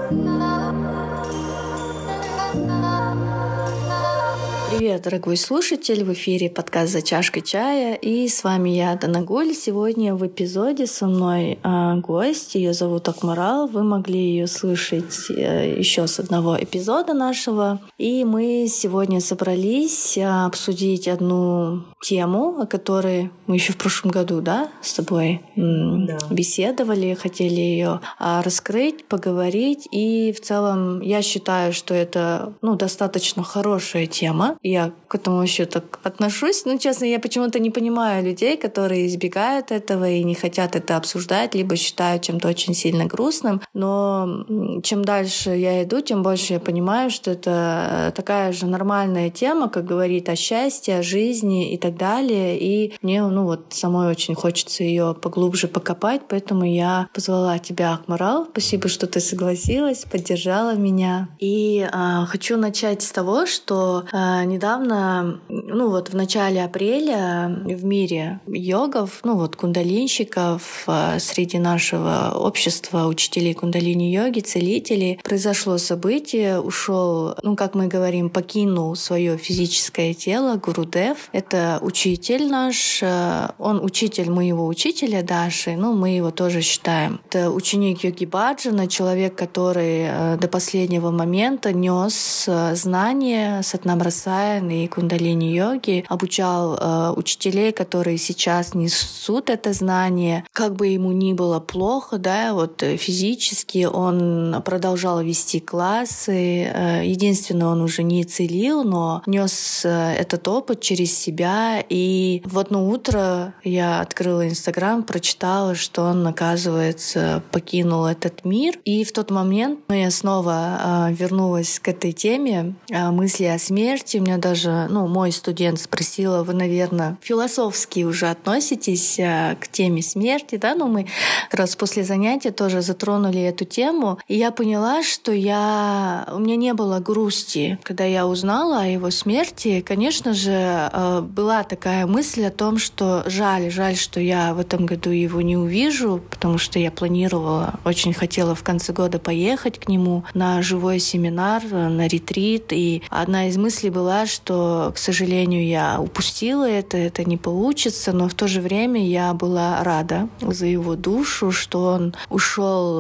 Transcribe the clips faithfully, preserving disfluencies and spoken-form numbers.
Привет, дорогой слушатель! В эфире подкаст «За чашкой чая», и с вами я, Данагуль. Сегодня в эпизоде со мной э, гость, ее зовут Акмарал. Вы могли ее слышать э, еще с одного эпизода нашего. И мы сегодня собрались обсудить одну тему, о которой мы еще в прошлом году, да, с тобой м- да. беседовали, хотели ее э, раскрыть, поговорить. И в целом я считаю, что это ну, достаточно хорошая тема. Я к этому вообще так отношусь. Ну, честно, я почему-то не понимаю людей, которые избегают этого и не хотят это обсуждать, либо считают чем-то очень сильно грустным. Но чем дальше я иду, тем больше я понимаю, что это такая же нормальная тема, как говорит о счастье, о жизни и так далее. И мне, ну вот, самой очень хочется ее поглубже покопать, поэтому я позвала тебя, Акмарал. Спасибо, что ты согласилась, поддержала меня. И э, хочу начать с того, что э, недавно, ну вот в начале апреля в мире йогов, ну вот кундалинщиков, среди нашего общества учителей кундалини-йоги, целителей, произошло событие, ушел, ну как мы говорим, покинул свое физическое тело Гурудев. Это учитель наш, он учитель моего учителя Даши, ну мы его тоже считаем. Это ученик Йоги Баджана, человек, который до последнего момента нес знания Сатнамраса и кундалини-йоги, обучал э, учителей, которые сейчас несут это знание. Как бы ему ни было плохо, да, вот физически он продолжал вести классы. Э, единственное, он уже не целил, но нес э, этот опыт через себя. И в одно утро я открыла Инстаграм, прочитала, что он, оказывается, покинул этот мир. И в тот момент ну, я снова э, вернулась к этой теме э, мысли о смерти. У меня даже, ну, мой студент спросила, вы, наверное, философски уже относитесь а, к теме смерти, да? Ну, мы как раз после занятия тоже затронули эту тему, и я поняла, что я... у меня не было грусти, когда я узнала о его смерти. Конечно же, была такая мысль о том, что жаль, жаль, что я в этом году его не увижу, потому что я планировала, очень хотела в конце года поехать к нему на живой семинар, на ретрит, и одна из мыслей была, что, к сожалению, я упустила это, это не получится, но в то же время я была рада за его душу, что он ушел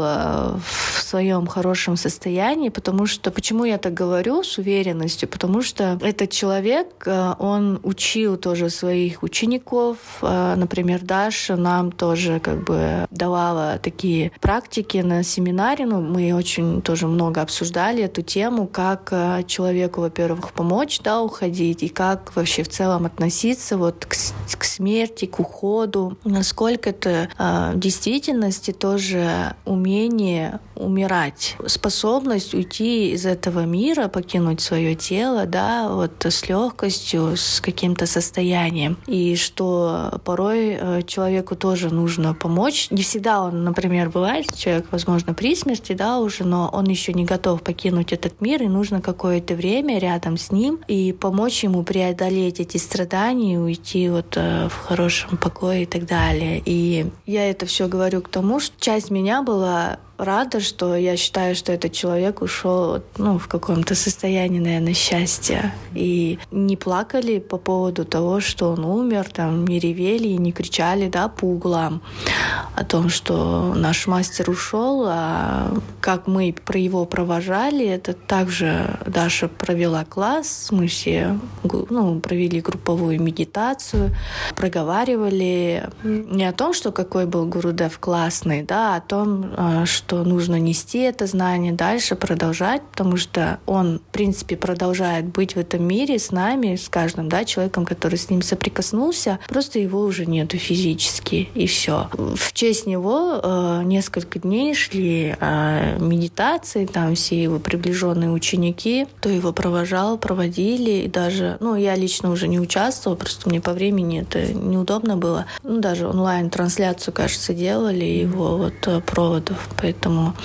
в своем хорошем состоянии, потому что, почему я так говорю с уверенностью, потому что этот человек, он учил тоже своих учеников, например, Даша нам тоже как бы давала такие практики на семинаре, ну, мы очень тоже много обсуждали эту тему, как человеку, во-первых, помочь, да, уходить, и как вообще в целом относиться вот к, к смерти, к уходу, насколько это э, в действительности тоже умение умирать, способность уйти из этого мира, покинуть свое тело, да, вот с легкостью, с каким-то состоянием, и что порой э, человеку тоже нужно помочь. Не всегда он, например, бывает, человек, возможно, при смерти, да, уже, но он еще не готов покинуть этот мир, и нужно какое-то время рядом с ним и помочь ему преодолеть эти страдания, уйти вот э, в хорошем покое и так далее. И я это все говорю к тому, что часть меня была рада, что я считаю, что этот человек ушел, ну, в каком-то состоянии, наверное, счастья. И не плакали по поводу того, что он умер, там, не ревели и не кричали, да, по углам о том, что наш мастер ушел, а как мы про его провожали, это также Даша провела класс, мы все, ну, провели групповую медитацию, проговаривали не о том, что какой был Гурудев классный, да, а о том, что что нужно нести это знание дальше, продолжать, потому что он, в принципе, продолжает быть в этом мире с нами, с каждым, да, человеком, который с ним соприкоснулся, просто его уже нету физически, и все. В честь него э, несколько дней шли э, медитации, там все его приближенные ученики, кто его провожал, проводили, и даже, ну, я лично уже не участвовала, просто мне по времени это неудобно было. Ну, даже онлайн-трансляцию, кажется, делали его вот проводов, поэтому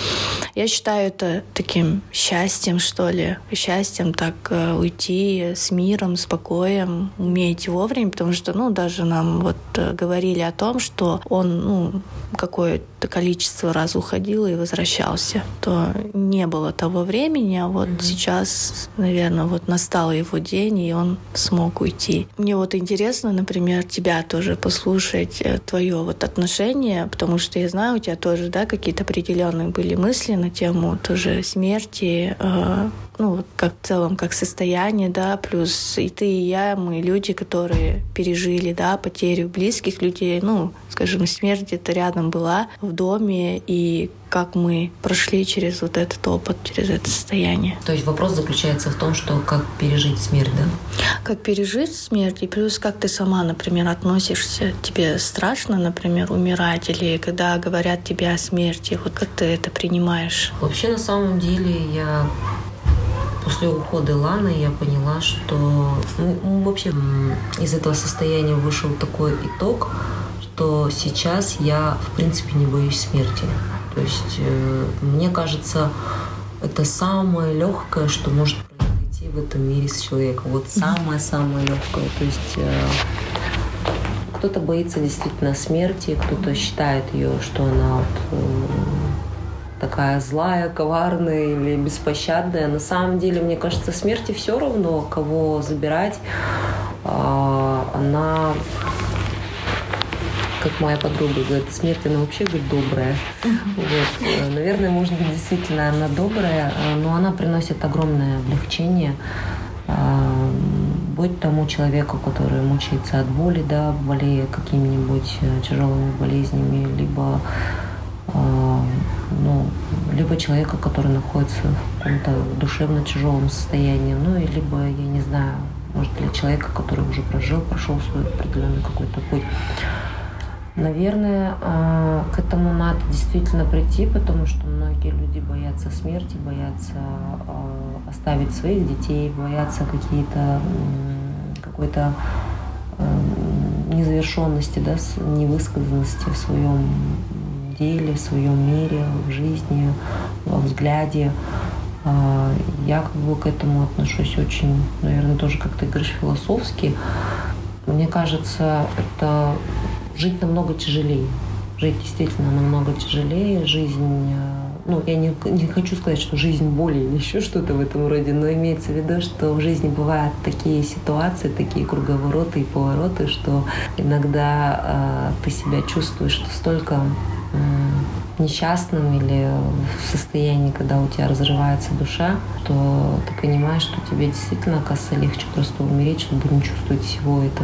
я считаю это таким счастьем, что ли, счастьем так э, уйти с миром, с покоем, уметь вовремя, потому что, ну, даже нам вот э, говорили о том, что он, ну, какой какое-то количество раз уходил и возвращался. То не было того времени, а вот mm-hmm. сейчас, наверное, вот настал его день, и он смог уйти. Мне вот интересно, например, тебя тоже послушать, твое вот отношение, потому что я знаю, у тебя тоже, да, какие-то определенные были мысли на тему тоже смерти, э, ну, как в целом, как состояние, да, плюс и ты, и я, мы люди, которые пережили, да, потерю близких людей, ну, скажем, смерть где-то рядом была в доме, и как мы прошли через вот этот опыт, через это состояние. То есть вопрос заключается в том, что как пережить смерть, да? Как пережить смерть, и плюс как ты сама, например, относишься. Тебе страшно, например, умирать, или когда говорят тебе о смерти, вот как ты это принимаешь? Вообще, на самом деле, я после ухода Ланы я поняла, что ну, вообще из этого состояния вышел такой итог, что сейчас я, в принципе, не боюсь смерти. То есть, э, мне кажется, это самое легкое, что может произойти в этом мире с человеком. Вот самое-самое легкое. То есть э, кто-то боится действительно смерти, кто-то считает ее, что она вот, э, такая злая, коварная или беспощадная. На самом деле, мне кажется, смерти все равно, кого забирать. Э, она... Как моя подруга говорит, смерть, она вообще, говорит, добрая. Вот. Наверное, может быть, действительно она добрая, но она приносит огромное облегчение. Будь тому человеку, который мучается от боли, да, болея какими-нибудь тяжелыми болезнями, либо, ну, либо человека, который находится в каком-то душевно тяжелом состоянии, ну, и либо, я не знаю, может, для человека, который уже прожил, прошел свой определенный какой-то путь. Наверное, к этому надо действительно прийти, потому что многие люди боятся смерти, боятся оставить своих детей, боятся какие-то какой-то незавершенности, да, невысказанности в своем деле, в своем мире, в жизни, во взгляде. Я как бы к этому отношусь очень, наверное, тоже, как ты говоришь, философски. Мне кажется, это жить намного тяжелее. Жить действительно намного тяжелее. Жизнь, ну, я не, не хочу сказать, что жизнь боли или еще что-то в этом роде, но имеется в виду, что в жизни бывают такие ситуации, такие круговороты и повороты, что иногда э, ты себя чувствуешь что столько э, несчастным или в состоянии, когда у тебя разрывается душа, то ты понимаешь, что тебе действительно, оказывается, легче просто умереть, чтобы не чувствовать всего этого.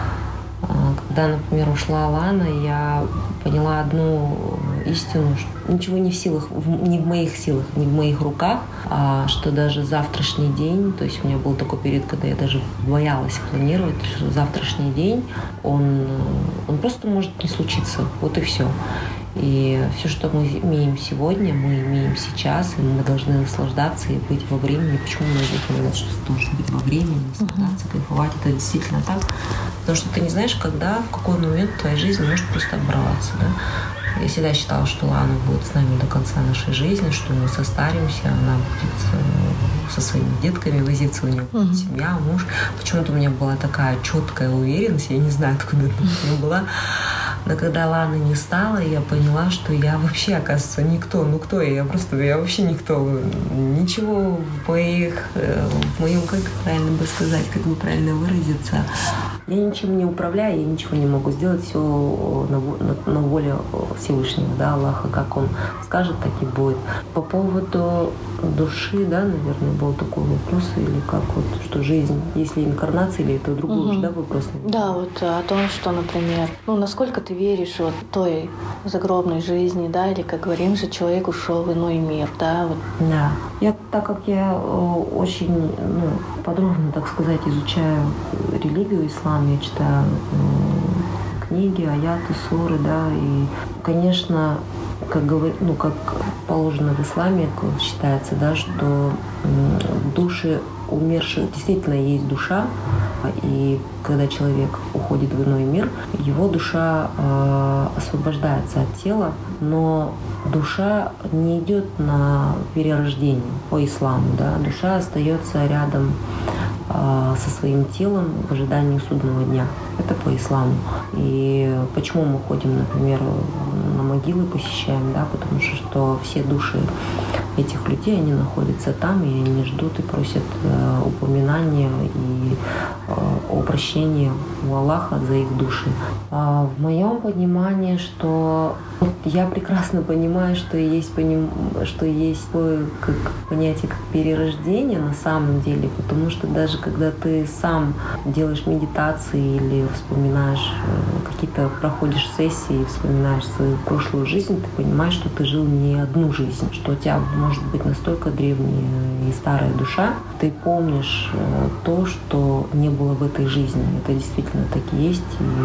Когда, например, ушла Лана, я поняла одну истину, что ничего не в силах, не в моих силах, не в моих руках, а что даже завтрашний день, то есть у меня был такой период, когда я даже боялась планировать, что завтрашний день, он, он просто может не случиться, вот и все. И все, что мы имеем сегодня, мы имеем сейчас, и мы должны наслаждаться и быть во времени. Почему многие говорят, что ты должен быть во времени, наслаждаться, uh-huh. кайфовать? Это действительно так. Потому что ты не знаешь, когда, в какой момент твоя жизнь может просто оборваться. Да? Я всегда считала, что Лана будет с нами до конца нашей жизни, что мы состаримся, она будет со своими детками возиться, у нее будет uh-huh. семья, муж. Почему-то у меня была такая четкая уверенность, я не знаю, откуда это у меня была. Но когда Ланы не стало, я поняла, что я вообще, оказывается, никто. Ну кто я? Я просто, я вообще никто. Ничего в моих, в моем, как правильно бы сказать, как бы правильно выразиться. Я ничем не управляю, я ничего не могу сделать, все на, на, на воле Всевышнего, да, Аллаха, как Он скажет, так и будет. По поводу души, да, наверное, был такой вопрос, или как вот, что жизнь, есть ли инкарнация, или это другой угу. уж, да, вопрос? Наверное? Да, вот о том, что, например, ну, насколько ты веришь вот той загробной жизни, да, или, как говорим же, человек ушел в иной мир, да, вот. Да. Я, так как я очень, ну, подробно, так сказать, изучаю религию ислам, я читаю э, книги, аяты, суры, да, и, конечно, как говор... ну, как положено в исламе, считается, да, что э, души умерших, действительно есть душа, и когда человек уходит в иной мир, его душа э, освобождается от тела, но душа не идет на перерождение по исламу, да, душа остается рядом э, со своим телом в ожидании судного дня. Это по исламу. И почему мы ходим, например, на могилы посещаем, да, потому что, что все души этих людей, они находятся там, и они ждут и просят э, упоминания и э, о прощении у Аллаха за их души. А в моем понимании, что вот я прекрасно понимаю, что есть, поним... что есть такое как понятие как перерождение на самом деле, потому что даже когда ты сам делаешь медитации или вспоминаешь какие-то, проходишь сессии и вспоминаешь свою прошлую жизнь, ты понимаешь, что ты жил не одну жизнь, что у тебя может быть настолько древняя и старая душа, ты помнишь то, что не было в этой жизни. Это действительно так и есть.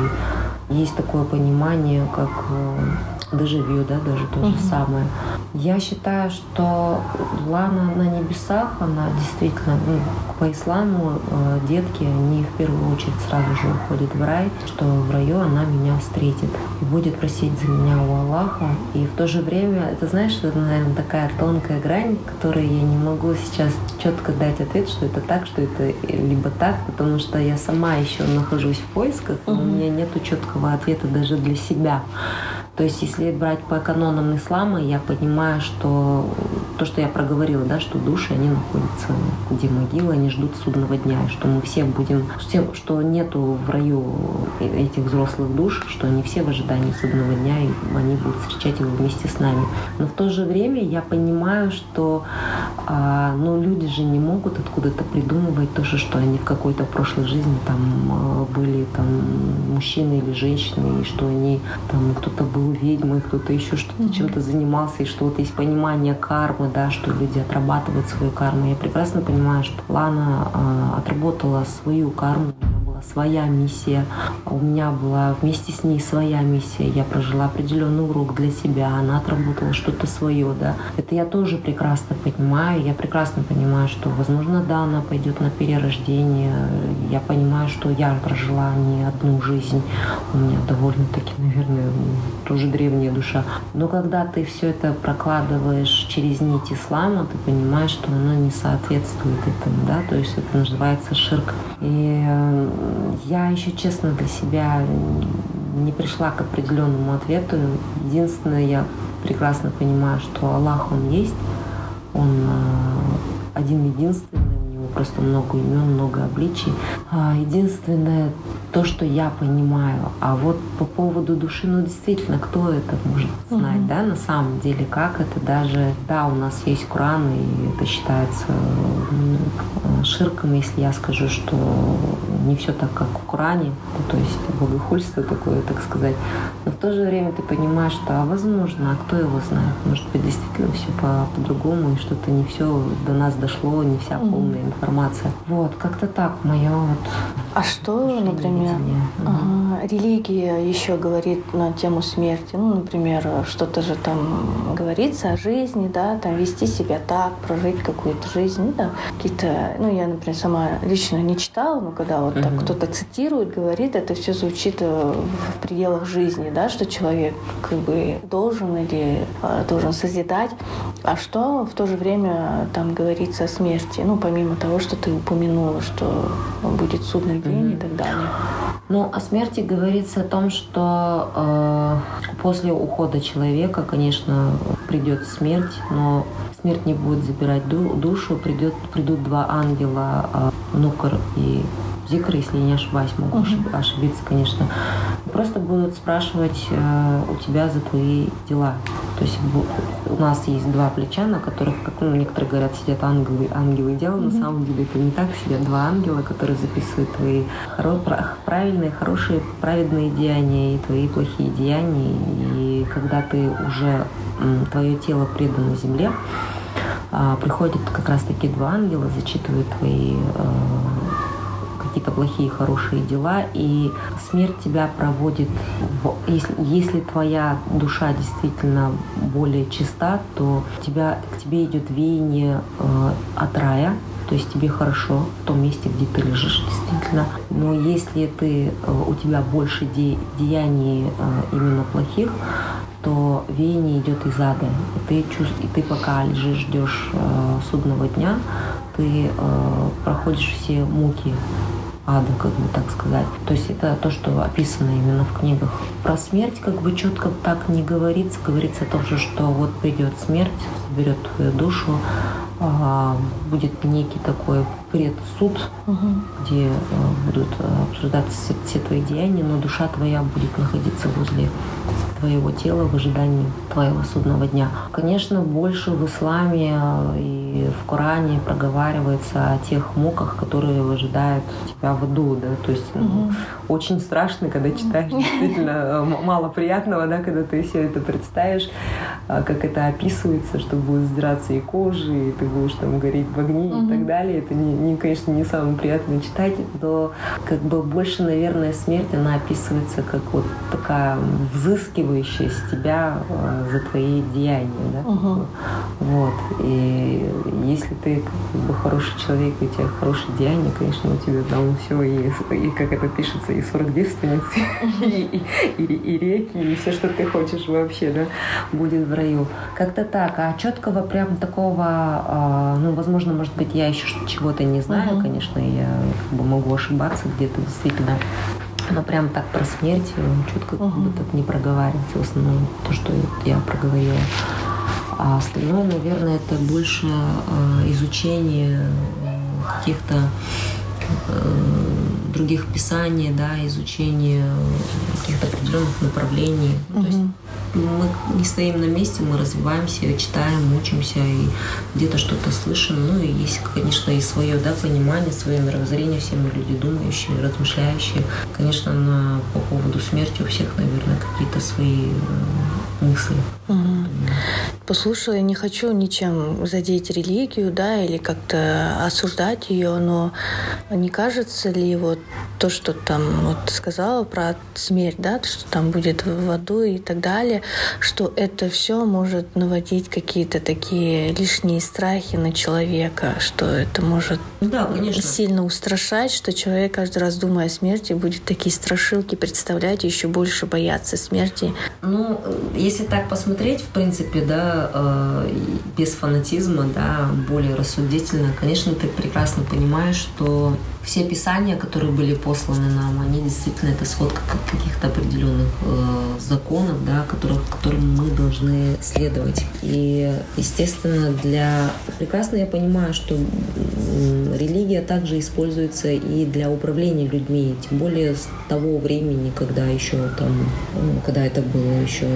И есть такое понимание, как дежавю, да, даже то же самое. Я считаю, что Лана на небесах, она действительно, ну, по исламу э, детки, они в первую очередь сразу же уходят в рай, что в раю она меня встретит и будет просить за меня у Аллаха. И в то же время, это, знаешь, это, наверное, такая тонкая грань, которой я не могу сейчас четко дать ответ, что это так, что это либо так, потому что я сама еще нахожусь в поисках, и у меня нету четкого ответа даже для себя. То есть, если брать по канонам ислама, я понимаю, что то, что я проговорила, да, что души, они находятся где могилы, они ждут судного дня, и что мы все будем, что нету в раю этих взрослых душ, что они все в ожидании судного дня, и они будут встречать его вместе с нами. Но в то же время я понимаю, что а, ну, люди же не могут откуда-то придумывать то, что они в какой-то прошлой жизни там были там мужчины или женщины, и что они там кто-то был ведьмой, кто-то еще что-то mm-hmm. чем-то занимался, и что вот есть понимание кармы, да, что люди отрабатывают свою карму. Я прекрасно понимаю, что Лана э, отработала свою карму, у нее была своя миссия, у меня была вместе с ней своя миссия, я прожила определенный урок для себя, она отработала что-то свое, да. Это я тоже прекрасно понимаю, я прекрасно понимаю, что, возможно, да, она пойдет на перерождение, я понимаю, что я прожила не одну жизнь, у меня довольно-таки, наверное, тоже древняя душа. Но когда ты все это прокладываешь через нить ислама, ты понимаешь, что оно не соответствует этому, да, то есть это называется ширк. И я еще честно для себя не пришла к определенному ответу. Единственное, я прекрасно понимаю, что Аллах, Он есть, Он один-единственный, у Него просто много имен, много обличий. Единственное, то, что я понимаю. А вот по поводу души, ну действительно, кто это может знать, uh-huh. да, на самом деле, как это даже, да, у нас есть Коран, и это считается ширком, если я скажу, что не все так, как в Коране, ну, то есть богохульство такое, так сказать. Но в то же время ты понимаешь, что, а возможно, а кто его знает? Может быть, действительно все по- по-другому, и что-то не все до нас дошло, не вся uh-huh. полная информация. Вот, как-то так, мое вот. А что, например, ага, религия еще говорит на тему смерти? Ну, например, что-то же там говорится о жизни, да, там вести себя так, прожить какую-то жизнь, ну, да, какие-то, ну, я, например, сама лично не читала, но когда вот так uh-huh. кто-то цитирует, говорит, это все звучит в пределах жизни, да, что человек как бы должен или должен созидать. А что в то же время там говорится о смерти? Ну, помимо того, что ты упомянула, что будет судный день uh-huh. и так далее. Ну, о смерти говорится о том, что э, после ухода человека, конечно, придет смерть, но смерть не будет забирать ду- душу, придет, придут два ангела, э, Нукар и Зикр, если я не ошибаюсь, могу uh-huh. ошибиться, конечно. Просто будут спрашивать э, у тебя за твои дела. То есть у нас есть два плеча, на которых, как ну, некоторые говорят, сидят ангелы, ангелы дела. Mm-hmm. На самом деле это не так. Сидят два ангела, которые записывают твои хоро- правильные, хорошие, праведные деяния и твои плохие деяния. И когда ты уже, твое тело предано земле, приходят как раз-таки два ангела, зачитывают твои какие-то плохие, хорошие дела, и смерть тебя проводит, в, если, если твоя душа действительно более чиста, то тебя, к тебе идет веяние э, от рая, то есть тебе хорошо в том месте, где ты лежишь, действительно. Но если ты, э, у тебя больше де, деяний э, именно плохих, то веяние идет из ада. И ты, чувств, и ты пока лежишь, ждешь э, судного дня, ты э, проходишь все муки ада, как бы так сказать. То есть это то, что описано именно в книгах. Про смерть как бы четко так не говорится. Говорится о том, что вот придет смерть, заберет твою душу, будет некий такой предсуд, угу. где будут обсуждаться все твои деяния, но душа твоя будет находиться возле твоего тела в ожидании твоего судного дня. Конечно, больше в исламе и в Коране проговаривается о тех муках, которые ожидают тебя в аду, да, то есть ну, угу. очень страшно, когда читаешь, действительно мало приятного, да, когда ты все это представишь, как это описывается, что будет сдираться и кожа, и ты будешь там гореть в огне угу. и так далее. Это, не, не, конечно, не самое приятное читать, но как бы больше, наверное, смерть, она описывается как вот такая взыскивающая с тебя за твои деяния, да. Угу. Вот. И если ты как бы хороший человек, и у тебя хорошие деяния, конечно, у тебя там все, и, и как это пишется, и сорок девственниц, и, и, и, и реки, и все, что ты хочешь вообще, да, будет в раю. Как-то так. А четкого прям такого, ну, возможно, может быть, я еще чего-то не знаю, конечно, я как бы могу ошибаться где-то действительно. Но прям так про смерть четко как бы так не проговаривается. В основном то, что я проговорила. А остальное, наверное, это больше э, изучение каких-то э, других писаний, да, изучение каких-то определенных направлений. Mm-hmm. То есть мы не стоим на месте, мы развиваемся, читаем, учимся и где-то что-то слышим. Ну и есть, конечно, и свое, да, понимание, свое мировоззрение, все мы люди думающие, размышляющие. Конечно, на, по поводу смерти у всех, наверное, какие-то свои э, мысли. Mm-hmm. Послушала, я не хочу ничем задеть религию, да, или как-то осуждать ее, но не кажется ли вот то, что там вот ты сказала про смерть, да, что там будет в аду и так далее, что это все может наводить какие-то такие лишние страхи на человека, что это может да, сильно устрашать, что человек каждый раз, думая о смерти, будет такие страшилки представлять и еще больше бояться смерти. Ну, если так посмотреть, в принципе, да, без фанатизма, да, более рассудительно, конечно, ты прекрасно понимаешь, что все писания, которые были посланы нам, они действительно это сводка каких-то определенных э, законов, да, которых, которым мы должны следовать. И, естественно, для... Прекрасно я понимаю, что религия также используется и для управления людьми, тем более с того времени, когда еще там, когда это было еще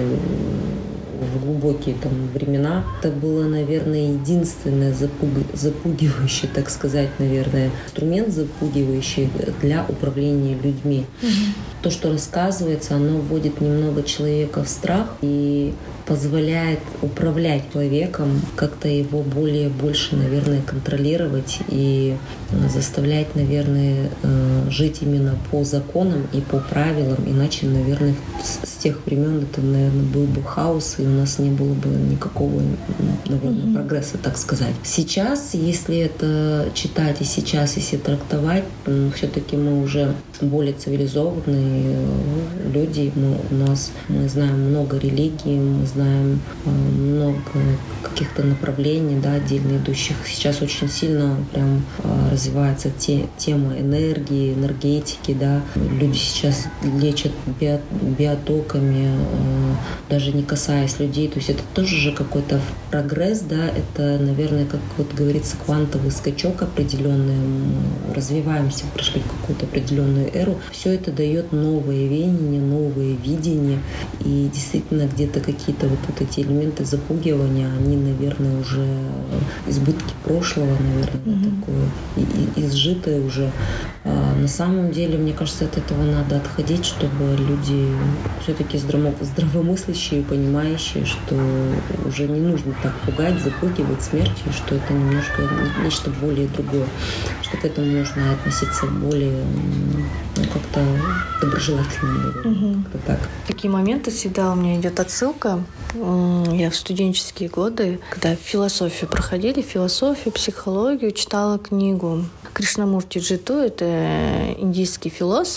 в глубокие там времена. Это было, наверное, единственное запуг... запугивающий, так сказать, наверное, инструмент запугивающий для управления людьми. Mm-hmm. То, что рассказывается, оно вводит немного человека в страх и позволяет управлять человеком, как-то его более, больше, наверное, контролировать и заставлять, наверное, жить именно по законам и по правилам. Иначе, наверное, с тех времен это, наверное, был бы хаос, и у нас не было бы никакого, наверное, mm-hmm. прогресса, так сказать. Сейчас, если это читать и сейчас, если трактовать, все-таки мы уже более цивилизованные люди. Мы, у нас, мы знаем много религий, мы знаем много каких-то направлений, да, отдельно идущих. Сейчас очень сильно прям развивается те, тема энергии, энергетики, да. Люди сейчас лечат био, биотоками, даже не касаясь людей. То есть это тоже же какой-то прогресс, да. Это, наверное, как вот говорится, квантовый скачок определенный. Мы развиваемся, пришли в какую-то определенную эру. Все это дает новые веяния, новые видения. И действительно где-то какие-то вот, вот эти элементы запугивания, они, наверное, уже избытки прошлого, наверное, mm-hmm. такое, и, и, изжитое уже. А на самом деле, мне кажется, от этого надо отходить, чтобы люди все-таки здраво, здравомыслящие, понимающие, что уже не нужно так пугать, запугивать смертью, что это немножко нечто более другое, что к этому нужно относиться более, ну, как-то доброжелательно, наверное, угу. как-то так. В такие моменты всегда у меня идет отсылка. Я в студенческие годы, когда философию проходили, философию, психологию, читала книгу Кришнамурти Джиту, это индийский философ.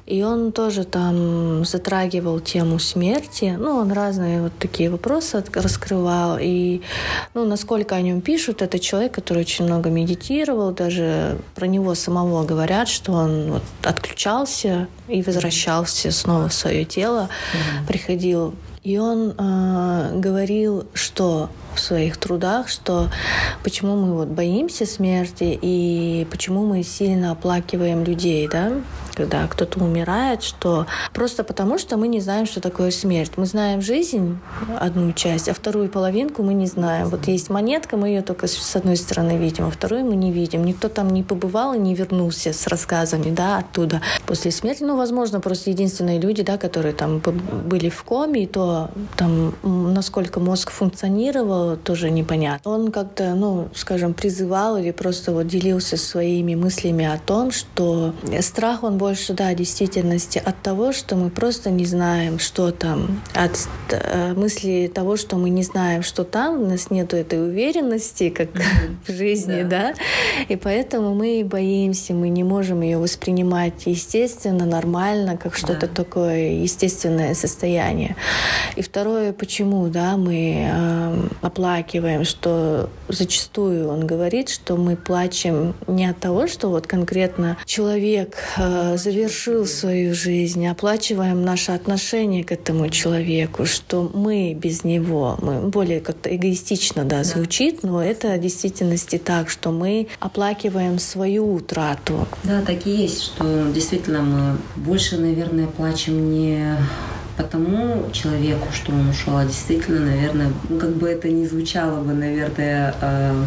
И он тоже там затрагивал тему смерти. Ну, он разные вот такие вопросы раскрывал. И, ну, насколько о нем пишут, это человек, который очень много медитировал. Даже про него самого говорят, что он вот отключался и возвращался снова в свое тело, mm-hmm. приходил. И он э, говорил, что в своих трудах, что почему мы вот боимся смерти и почему мы сильно оплакиваем людей, да, когда кто-то умирает, что просто потому, что мы не знаем, что такое смерть. Мы знаем жизнь, одну часть, а вторую половинку мы не знаем. Вот есть монетка, мы ее только с одной стороны видим, а вторую мы не видим. Никто там не побывал и не вернулся с рассказами, да, оттуда после смерти. Ну, возможно, просто единственные люди, да, которые там были в коме, и то там, насколько мозг функционировал, тоже непонятно. Он как-то, ну, скажем, призывал или просто вот делился своими мыслями о том, что страх, он больше, да, действительности от того, что мы просто не знаем, что там, от мысли того, что мы не знаем, что там, у нас нету этой уверенности, как в жизни, да, и поэтому мы боимся, мы не можем ее воспринимать естественно, нормально, как что-то такое естественное состояние. И второе, почему, да, мы э, оплакиваем, что зачастую он говорит, что мы плачем не от того, что вот конкретно человек э, завершил свою жизнь, оплачиваем наше отношение к этому человеку, что мы без него, мы более как-то эгоистично, да, звучит, но это в действительности так, что мы оплакиваем свою утрату. Да, так и есть, что действительно мы больше, наверное, плачем не потому человеку, что он ушел, а действительно, наверное, ну, как бы это ни звучало бы, наверное, э,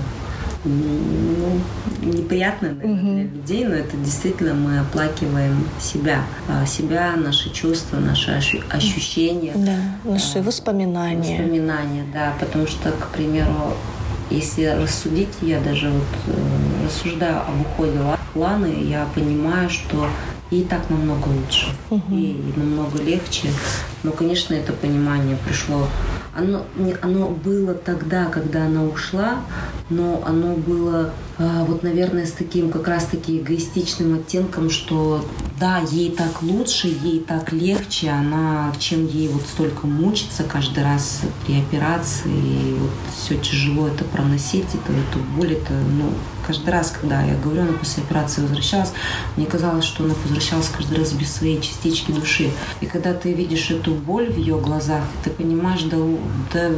ну, неприятно, наверное, mm-hmm. для людей, но это действительно мы оплакиваем себя, себя, наши чувства, наши ощущения. Да, наши воспоминания. Воспоминания, да, потому что, к примеру, если рассудить, я даже вот э, рассуждаю об уходе Ланы, я понимаю, что ей так намного лучше, угу. ей намного легче. Но, конечно, это понимание пришло. Оно, оно было тогда, когда она ушла, но оно было, э, вот, наверное, с таким как раз-таки эгоистичным оттенком, что да, ей так лучше, ей так легче, она, чем ей вот столько мучиться каждый раз при операции, и вот все тяжело это проносить, это, эту боль, это, ну, каждый раз, когда я говорю, она после операции возвращалась, мне казалось, что она возвращалась каждый раз без своей частички души. И когда ты видишь эту боль в ее глазах, ты понимаешь, да, да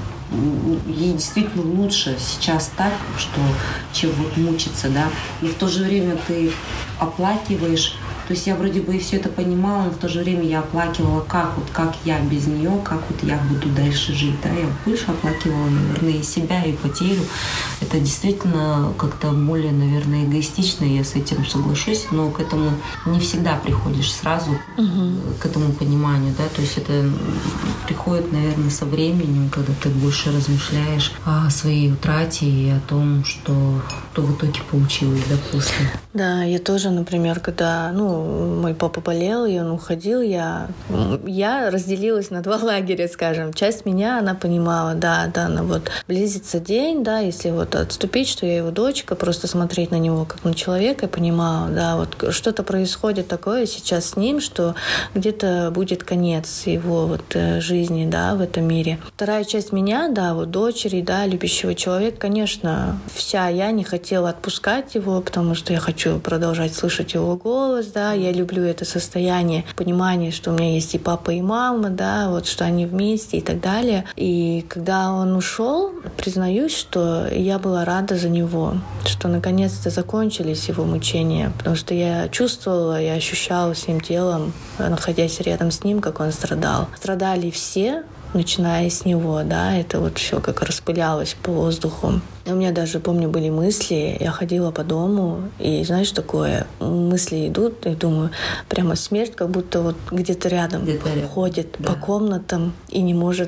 ей действительно лучше сейчас так, что, чем вот мучиться, да. Но в то же время ты оплакиваешь. То есть я вроде бы и все это понимала, но в то же время я оплакивала, как вот как я без нее, как вот я буду дальше жить. Да? Я больше оплакивала, наверное, и себя, и потерю. Это действительно как-то более, наверное, эгоистично, я с этим соглашусь, но к этому не всегда приходишь сразу, угу. к этому пониманию. Да? То есть это приходит, наверное, со временем, когда ты больше размышляешь о своей утрате и о том, что, что в итоге получилось, да, после. Да, я тоже, например, когда, ну, мой папа болел, и он уходил, я, я разделилась на два лагеря, скажем. Часть меня, она понимала, да, да, ну вот близится день, да, если вот отступить, что я его дочка, просто смотреть на него как на человека, я понимала, да, вот что-то происходит такое сейчас с ним, что где-то будет конец его вот жизни, да, в этом мире. Вторая часть меня, да, вот дочери, да, любящего человека, конечно, вся я не хотела отпускать его, потому что я хочу продолжать слышать его голос, да, я люблю это состояние понимания, что у меня есть и папа, и мама, да, вот что они вместе и так далее. И когда он ушел, признаюсь, что я была рада за него, что наконец-то закончились его мучения, потому что я чувствовала, я ощущала всем телом, находясь рядом с ним, как он страдал. Страдали все, начиная с него, да, это вот все как распылялось по воздуху. У меня даже, помню, были мысли, я ходила по дому, и, знаешь, такое, мысли идут, и думаю, прямо смерть как будто вот где-то рядом где-то ходит да. по комнатам и не может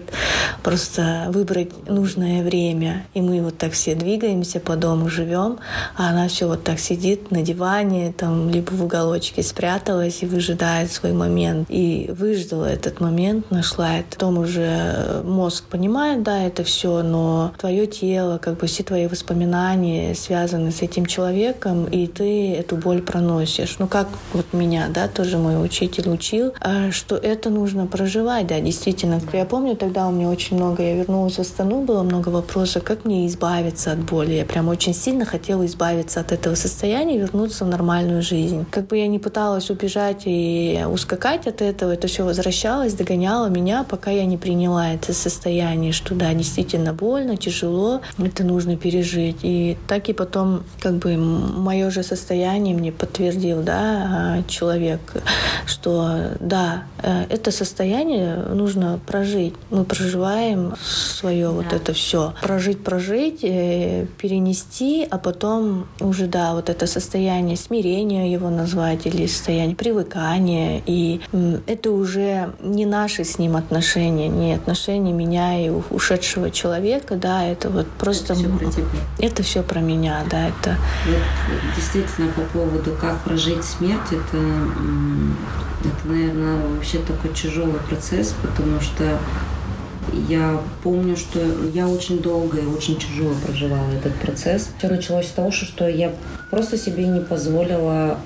просто выбрать нужное время. И мы вот так все двигаемся по дому, живем, а она все вот так сидит на диване, там, либо в уголочке спряталась и выжидает свой момент. И выждала этот момент, нашла это. Потом уже мозг понимает, да, это все, но твое тело, как бы ситуация, твои воспоминания связаны с этим человеком, и ты эту боль проносишь. Ну, как вот меня, да, тоже мой учитель учил, что это нужно проживать, да, действительно. Я помню, тогда у меня очень много, я вернулась в Астану, было много вопросов, как мне избавиться от боли. Я прям очень сильно хотела избавиться от этого состояния и вернуться в нормальную жизнь. Как бы я ни пыталась убежать и ускакать от этого, это все возвращалось, догоняло меня, пока я не приняла это состояние, что да, действительно больно, тяжело, это нужно пережить. И так и потом как бы мое же состояние мне подтвердил, да, человек, что да, это состояние нужно прожить. Мы проживаем свое да. вот это все. Прожить, прожить, перенести, а потом уже, да, вот это состояние смирения его назвать, или состояние привыкания. И это уже не наши с ним отношения, не отношения меня и ушедшего человека, да, это вот просто... Это все про тебя. Это все про меня, да, это... Вот, действительно, по поводу как прожить смерть, это, это, наверное, вообще такой тяжелый процесс, потому что я помню, что я очень долго и очень тяжело проживала этот процесс. Все началось с того, что я просто себе не позволила...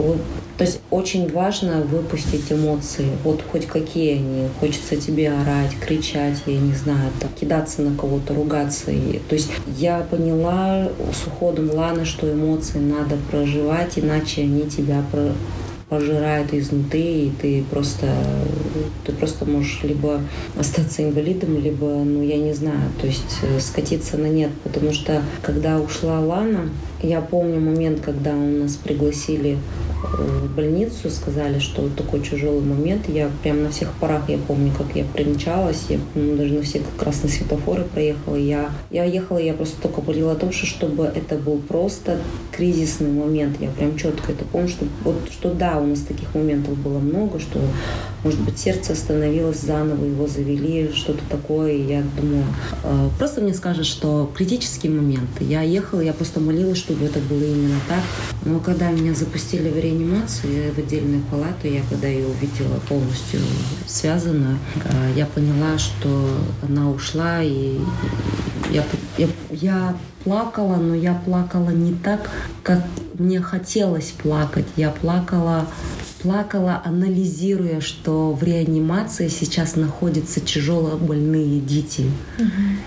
То есть очень важно выпустить эмоции, вот хоть какие они. Хочется тебе орать, кричать, я не знаю, там, кидаться на кого-то, ругаться. И, то есть я поняла с уходом Ланы, что эмоции надо проживать, иначе они тебя про... пожирает изнутри, и ты просто, ты просто можешь либо остаться инвалидом, либо, ну, я не знаю, то есть скатиться на нет. Потому что, когда ушла Лана, я помню момент, когда у нас пригласили в больницу, сказали, что вот такой тяжелый момент. Я прям на всех парах, я помню, как я примчалась, я, ну, даже на все красные светофоры проехала. Я, я ехала, я просто только говорила о том, что чтобы это был просто кризисный момент. Я прям четко это помню, что, вот, что да, у нас таких моментов было много, что, может быть, сердце остановилось заново, его завели, что-то такое. И я думаю, э, просто мне скажут, что критические моменты. Я ехала, я просто молилась, чтобы это было именно так. Но когда меня запустили в реанимацию, в отдельную палату, я когда ее увидела полностью связанную, э, я поняла, что она ушла, и я, я, я плакала, но я плакала не так, как мне хотелось плакать. Я плакала, плакала, анализируя, что в реанимации сейчас находятся тяжело больные дети. Угу.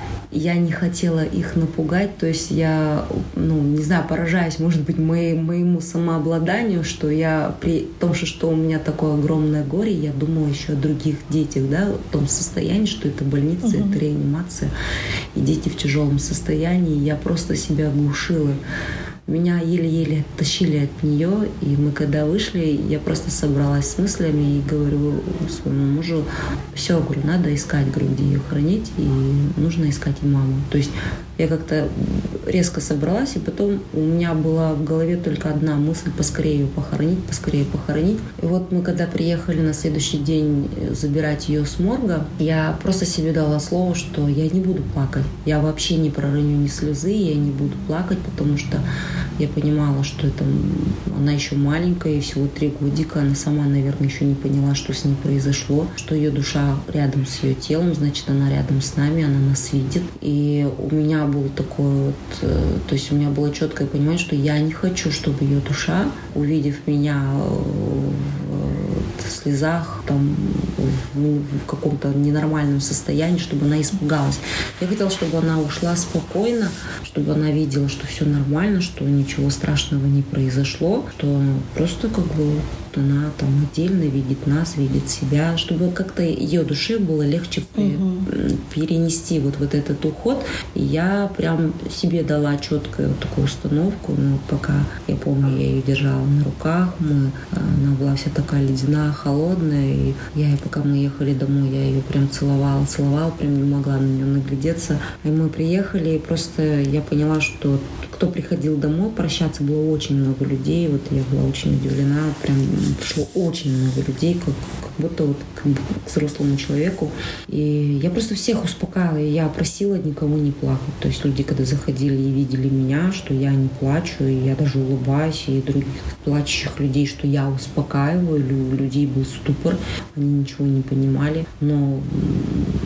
Я не хотела их напугать, то есть я, ну, не знаю, поражаюсь, может быть, моей, моему самообладанию, что я при том, что, что у меня такое огромное горе, я думала еще о других детях, да, в том состоянии, что это больница, угу. это реанимация, и дети в тяжелом состоянии, я просто себя оглушила. Меня еле-еле оттащили от нее, и мы когда вышли, я просто собралась с мыслями и говорю своему мужу, все, говорю, надо искать, говорю, где ее хранить, и нужно искать и маму. То есть я как-то резко собралась, и потом у меня была в голове только одна мысль: поскорее ее похоронить, поскорее похоронить. И вот мы когда приехали на следующий день забирать ее с морга, я просто себе дала слово, что я не буду плакать. Я вообще не пророню ни слезы, я не буду плакать, потому что я понимала, что это она еще маленькая, всего три годика. Она сама, наверное, еще не поняла, что с ней произошло, что ее душа рядом с ее телом, значит, она рядом с нами, она нас видит. И у меня был такой вот, то есть у меня было четкое понимание, что я не хочу, чтобы ее душа, увидев меня в слезах, там, в, в каком-то ненормальном состоянии, чтобы она испугалась. Я хотела, чтобы она ушла спокойно, чтобы она видела, что все нормально, что ничего страшного не произошло, что просто как бы она там отдельно видит нас, видит себя, чтобы как-то ее душе было легче угу. перенести вот, вот этот уход. И я прям себе дала четкую вот такую установку. Ну, пока, я помню, я ее держала на руках, мы, она была вся такая ледяная, холодная, и я, пока мы ехали домой, я ее прям целовала, целовала, прям не могла на нее наглядеться. И мы приехали, и просто я поняла, что кто приходил домой прощаться, было очень много людей. Вот я была очень удивлена, прям пришло очень много людей, как, как будто вот как бы к взрослому человеку. И я просто всех успокаивала, и я просила никому не плакать. То есть люди, когда заходили и видели меня, что я не плачу, и я даже улыбаюсь, и других плачущих людей, что я успокаиваю, у людей был ступор, они ничего не понимали. Но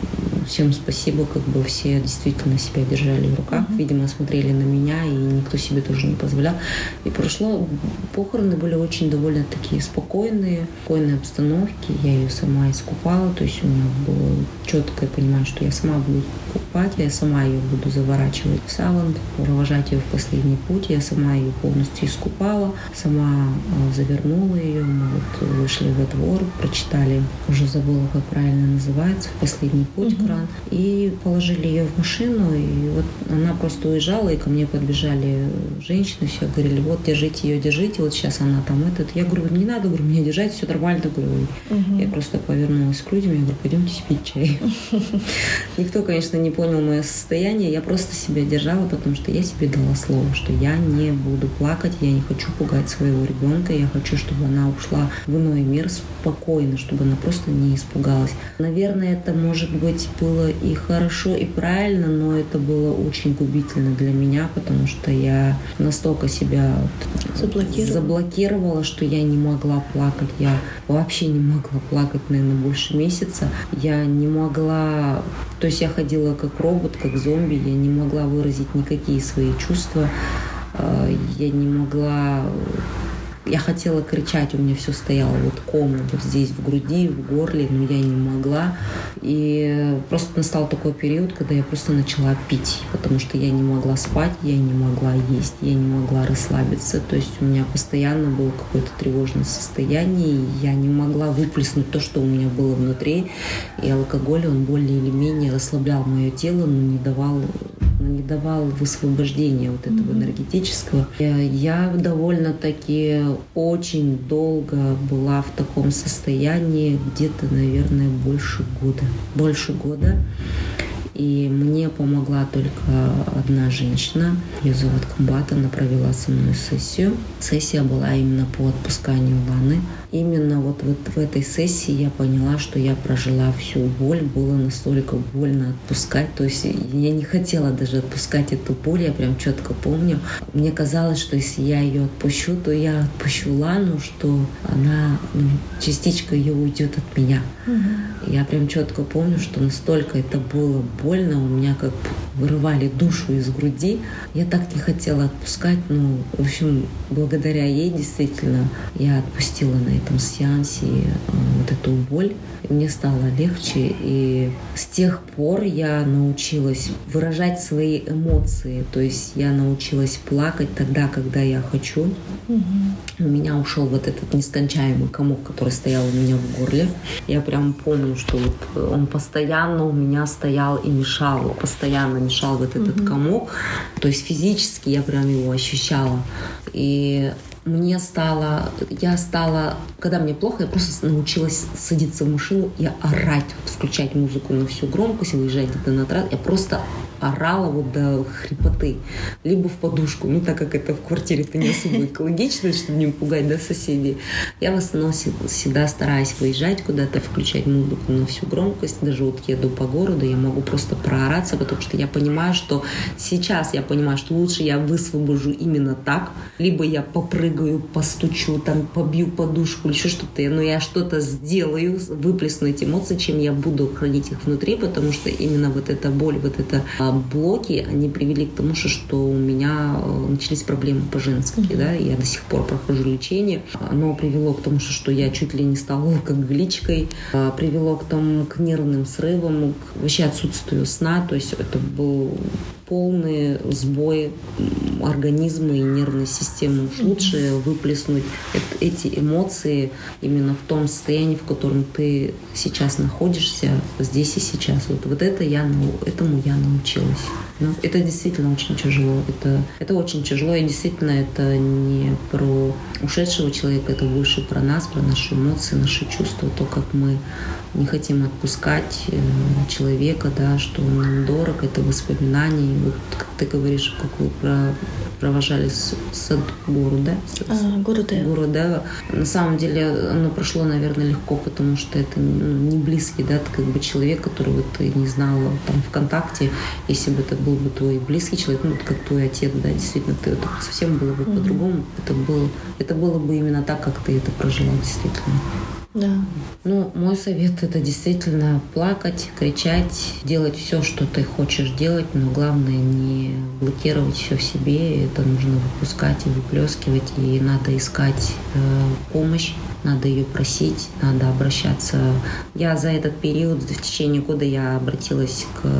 всем спасибо, как бы все действительно себя держали в руках, mm-hmm. видимо, смотрели на меня, и никто себе тоже не позволял. И прошло, похороны были очень довольно такие спокойные, спокойные обстановки. Я ее сама искупала, то есть у меня было четкое понимание, что я сама буду купать, я сама ее буду заворачивать в саван, провожать ее в последний путь. Я сама ее полностью искупала, сама завернула ее. Мы вот вышли во двор, прочитали, уже забыла, как правильно называется, в последний путь mm-hmm. кран, и положили ее в машину. И вот она просто уезжала, и ко мне подбежали женщины, все говорили: вот, держите ее, держите, вот сейчас она там этот. Я говорю: не надо, говорю, мне держать, все нормально. Говорю. Mm-hmm. Я просто повернулась к людям, я говорю: пойдемте пить чай. Никто, конечно, не понял мое состояние, я просто себя держала, потому что я себе дала слово, что я не буду плакать, я не хочу пугать своего ребенка, я хочу, чтобы она ушла в иной мир спокойно, чтобы она просто не испугалась. Наверное, это, может быть, было и хорошо, и правильно, но это было очень губительно для меня, потому что я настолько себя заблокировала, заблокировала, что я не могла плакать. Я вообще не могла плакать, наверное, больше месяца. Я не могла... То есть я ходила как робот, как зомби, я не могла выразить никакие свои чувства. Я не могла... Я хотела кричать, у меня все стояло вот ком вот здесь в груди, в горле, но я не могла. И просто настал такой период, когда я просто начала пить, потому что я не могла спать, я не могла есть, я не могла расслабиться. То есть у меня постоянно было какое-то тревожное состояние, и я не могла выплеснуть то, что у меня было внутри. И алкоголь, он более или менее расслаблял мое тело, но не давал... не давал высвобождения вот этого mm-hmm. энергетического. Я, я довольно-таки очень долго была в таком состоянии, где-то, наверное, больше года. Больше года. И мне помогла только одна женщина. Ее зовут Комбат. Она провела со мной сессию. Сессия была именно по отпусканию Ланы. Именно вот, вот в этой сессии я поняла, что я прожила всю боль. Было настолько больно отпускать. То есть я не хотела даже отпускать эту боль. Я прям четко помню. Мне казалось, что если я ее отпущу, то я отпущу Лану, что она, ну, частичка ее уйдет от меня. Угу. Я прям четко помню, что настолько это было больно. У меня как вырывали душу из груди. Я так не хотела отпускать. Но, в общем, благодаря ей действительно я отпустила на этом сеансе вот эту боль. И мне стало легче. И с тех пор я научилась выражать свои эмоции. То есть я научилась плакать тогда, когда я хочу. Угу. У меня ушел вот этот нескончаемый комок, который стоял у меня в горле. Я прям помню, что вот он постоянно у меня стоял и мешал. Постоянно мешал вот этот угу. комок. То есть физически я прям его ощущала. И мне стало, я стала, когда мне плохо, я просто научилась садиться в машину и орать, вот, включать музыку на всю громкость, выезжать где-то на трассу. Я просто орала вот до хрипоты, либо в подушку. Ну, так как это в квартире-то не особо экологично, чтобы не пугать, да, соседей. Я в основном всегда стараюсь выезжать куда-то, включать музыку на всю громкость. Даже вот еду по городу, я могу просто проораться, потому что я понимаю, что сейчас я понимаю, что лучше я высвобожу именно так, либо я попрыгаю, постучу, там, побью подушку или еще что-то, но я что-то сделаю, выплесну эти эмоции, чем я буду хранить их внутри, потому что именно вот эта боль, вот это блоки, они привели к тому, что у меня начались проблемы по-женски, mm-hmm. да, я до сих пор прохожу лечение. Оно привело к тому, что я чуть ли не стала алкоголичкой, привело к тому, к нервным срывам, к вообще отсутствию сна, то есть это был полный сбой организма и нервной системы. Уж лучше выплеснуть эти эмоции именно в том состоянии, в котором ты сейчас находишься, здесь и сейчас. Вот, вот это я, этому я научилась. Но это действительно очень тяжело. Это, это очень тяжело, и действительно это не про ушедшего человека, это больше про нас, про наши эмоции, наши чувства, то, как мы не хотим отпускать человека, да, что он нам дорог, это воспоминания. Вот как ты говоришь, как вы про, провожали Садхгуру, да? А, Гурудева. Гурудева. На самом деле оно прошло, наверное, легко, потому что это ну, не близкий, да, ты как бы человек, которого ты не знала там ВКонтакте. Если бы это был бы твой близкий человек, ну, как твой отец, да, действительно, ты, это совсем было бы mm-hmm. по-другому. Это было, это было бы именно так, как ты это прожила, действительно. Да. Ну, мой совет — это действительно плакать, кричать, делать все, что ты хочешь делать, но главное не блокировать все в себе. Это нужно выпускать и выплескивать, и надо искать э, помощь. Надо ее просить, надо обращаться. Я за этот период, в течение года, я обратилась к,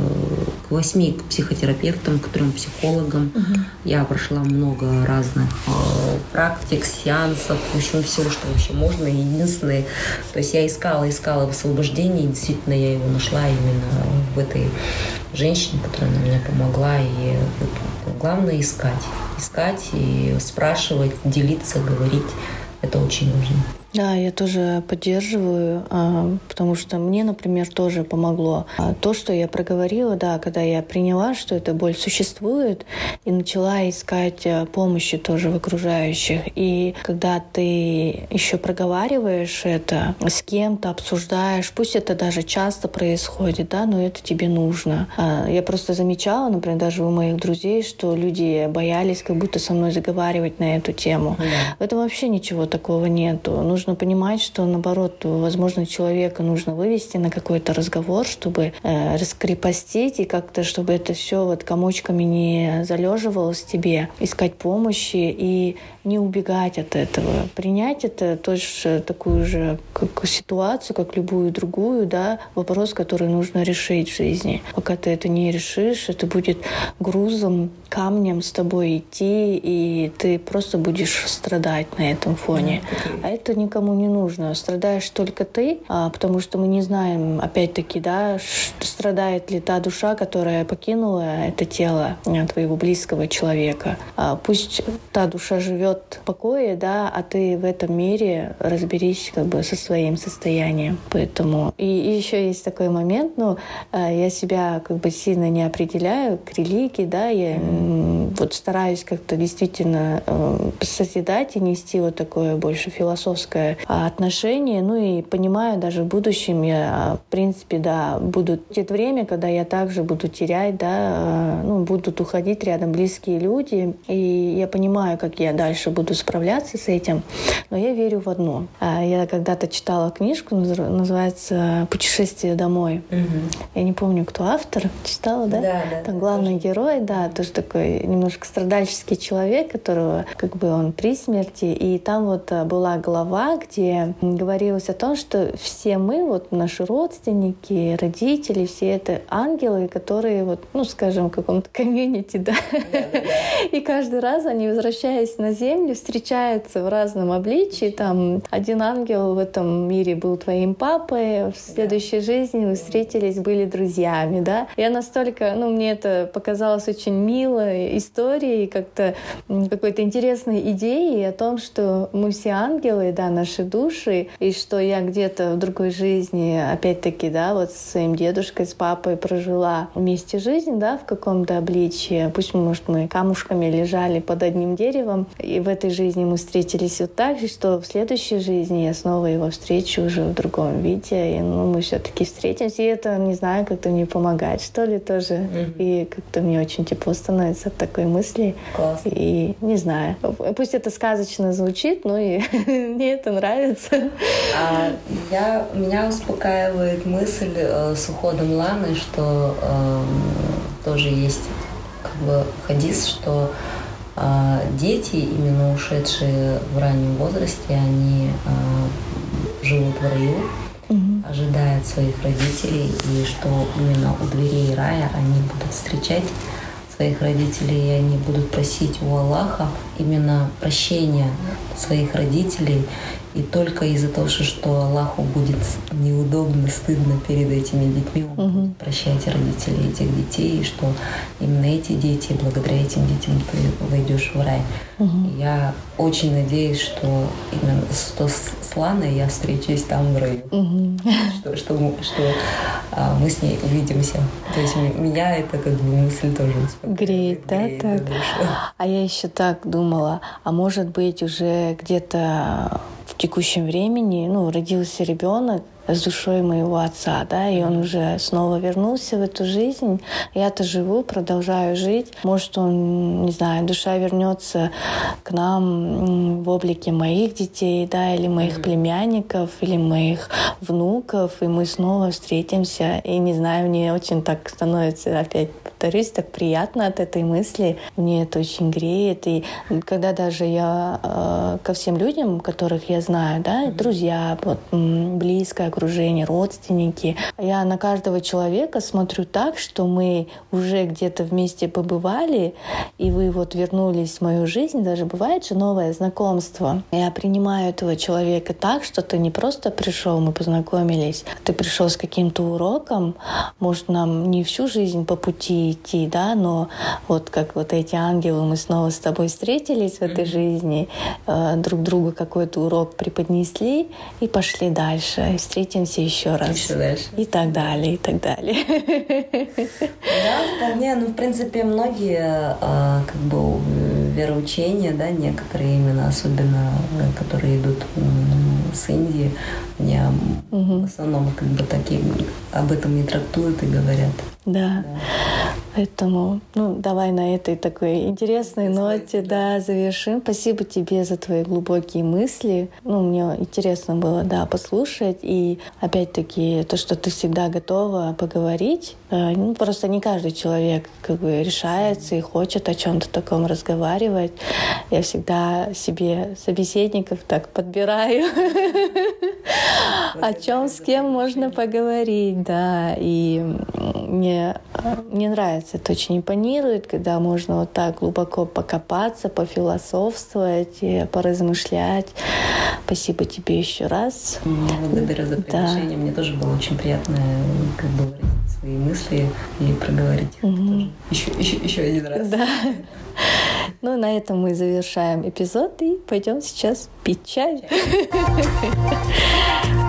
к восьми к психотерапевтам, к трем психологам. Uh-huh. Я прошла много разных э, практик, сеансов, в общем, все, что вообще можно. Единственное, то есть я искала, искала освобождение, и действительно я его нашла именно в этой женщине, которая мне помогла. И главное — искать. Искать и спрашивать, делиться, говорить. Это очень важно. Да, я тоже поддерживаю, потому что мне, например, тоже помогло то, что я проговорила, да, когда я приняла, что эта боль существует, и начала искать помощи тоже в окружающих. И когда ты еще проговариваешь это с кем-то, обсуждаешь, пусть это даже часто происходит, да, но это тебе нужно. Я просто замечала, например, даже у моих друзей, что люди боялись как будто со мной заговаривать на эту тему. Да. В этом вообще ничего такого нету. Нужно Нужно понимать, что, наоборот, возможно, человека нужно вывести на какой-то разговор, чтобы э, раскрепостить, и как-то, чтобы это все вот комочками не залеживалось тебе, искать помощи и не убегать от этого. Принять это тоже такую же как ситуацию, как любую другую, да, вопрос, который нужно решить в жизни. Пока ты это не решишь, это будет грузом, камнем с тобой идти, и ты просто будешь страдать на этом фоне. А это никому не нужно. Страдаешь только ты, а, потому что мы не знаем, опять-таки, да, страдает ли та душа, которая покинула это тело твоего близкого человека. А пусть та душа живет в покое, да, а ты в этом мире разберись как бы со своим состоянием. Поэтому и, и еще есть такой момент, ну, я себя как бы сильно не определяю к религии, да, я mm. вот стараюсь как-то действительно э, созидать и нести вот такое больше философское отношение, ну и понимаю, даже в будущем я, в принципе, да, будут будет время, когда я также буду терять, да, ну, будут уходить рядом близкие люди, и я понимаю, как я дальше буду справляться с этим, но я верю в одно. Я когда-то читала книжку, называется «Путешествие домой». Угу. Я не помню, кто автор. Читала, да? Да, да. Там главный тоже. Герой, да, тоже такой немножко страдальческий человек, которого как бы он при смерти, и там вот была глава, где говорилось о том, что все мы, вот наши родственники, родители, все это ангелы, которые вот, ну, скажем, в каком-то комьюнити, да, да, да, да. И каждый раз они, возвращаясь на землю, встречаются в разном обличии. Там один ангел в этом мире был твоим папой, в следующей да. жизни вы встретились, были друзьями, да. Я настолько, ну, мне это показалось очень милой историей, как-то какой-то интересной идеей о том, что мы все ангелы, да, наши души, и что я где-то в другой жизни, опять-таки, да, вот с своим дедушкой, с папой прожила вместе жизнь, да, в каком-то обличии. Пусть, может, мы камушками лежали под одним деревом, и в этой жизни мы встретились вот так же, что в следующей жизни я снова его встречу уже в другом виде, и, ну, мы все-таки встретимся, и это, не знаю, как-то мне помогает, что ли, тоже. Mm-hmm. И как-то мне очень тепло становится от такой мысли. Классно. И не знаю, пусть это сказочно звучит, но и мне это нравится. А я, меня успокаивает мысль э, с уходом Ланы, что э, тоже есть как бы хадис, что э, дети, именно ушедшие в раннем возрасте, они э, живут в раю, угу. ожидают своих родителей, и что именно у дверей рая они будут встречать своих родителей, и они будут просить у Аллаха именно прощения своих родителей. И только из-за того, что Аллаху будет неудобно, стыдно перед этими детьми, он угу. будет прощать родителей этих детей, и что именно эти дети, благодаря этим детям ты войдешь в рай. Угу. Я очень надеюсь, что именно что с Ланой я встречусь там в раю, угу. что, что, мы, что а, мы с ней увидимся. То есть меня это как бы мысль тоже греет, да, греет так. А я еще так думала, а может быть уже где-то в текущем времени, ну, родился ребенок, с душой моего отца, да, и он уже снова вернулся в эту жизнь. Я-то живу, продолжаю жить. Может, он, не знаю, душа вернется к нам в облике моих детей, да, или моих племянников, или моих внуков, и мы снова встретимся. И не знаю, мне очень так становится, опять повторюсь, так приятно от этой мысли. Мне это очень греет. И когда даже я э, ко всем людям, которых я знаю, да, друзья, вот, близкое окружение, родственники, я на каждого человека смотрю так, что мы уже где-то вместе побывали, и вы вот вернулись в мою жизнь. Даже бывает же новое знакомство. Я принимаю этого человека так, что ты не просто пришел, мы познакомились, ты пришел с каким-то уроком. Может, нам не всю жизнь по пути идти, да, но вот как вот эти ангелы, мы снова с тобой встретились в этой жизни, э, друг другу какой-то урок преподнесли и пошли дальше, и встретимся еще раз. Еще дальше. И так далее, и так далее. Да, вполне. Ну, в принципе, многие э, как бы вероучения, да, некоторые именно, особенно, которые идут с Индии, они угу. в основном как бы такие об этом не трактуют и говорят. Да. да. Поэтому, ну, давай на этой такой интересной ноте, да, завершим. Спасибо тебе за твои глубокие мысли. Ну, мне интересно было, да, послушать. И опять-таки то, что ты всегда готова поговорить. Ну, просто не каждый человек как бы решается и хочет о чем-то таком разговаривать. Я всегда себе собеседников так подбираю. О чем, с кем можно поговорить, да. И мне, мне нравится, это очень импонирует, когда можно вот так глубоко покопаться, пофилософствовать, и поразмышлять. Спасибо тебе еще раз. Благодарю за приглашение. Да. Мне тоже было очень приятно как бы выразить свои мысли и проговорить их угу. тоже. Еще, еще, еще один раз. Да. Ну, на этом мы завершаем эпизод и пойдем сейчас пить чай. чай.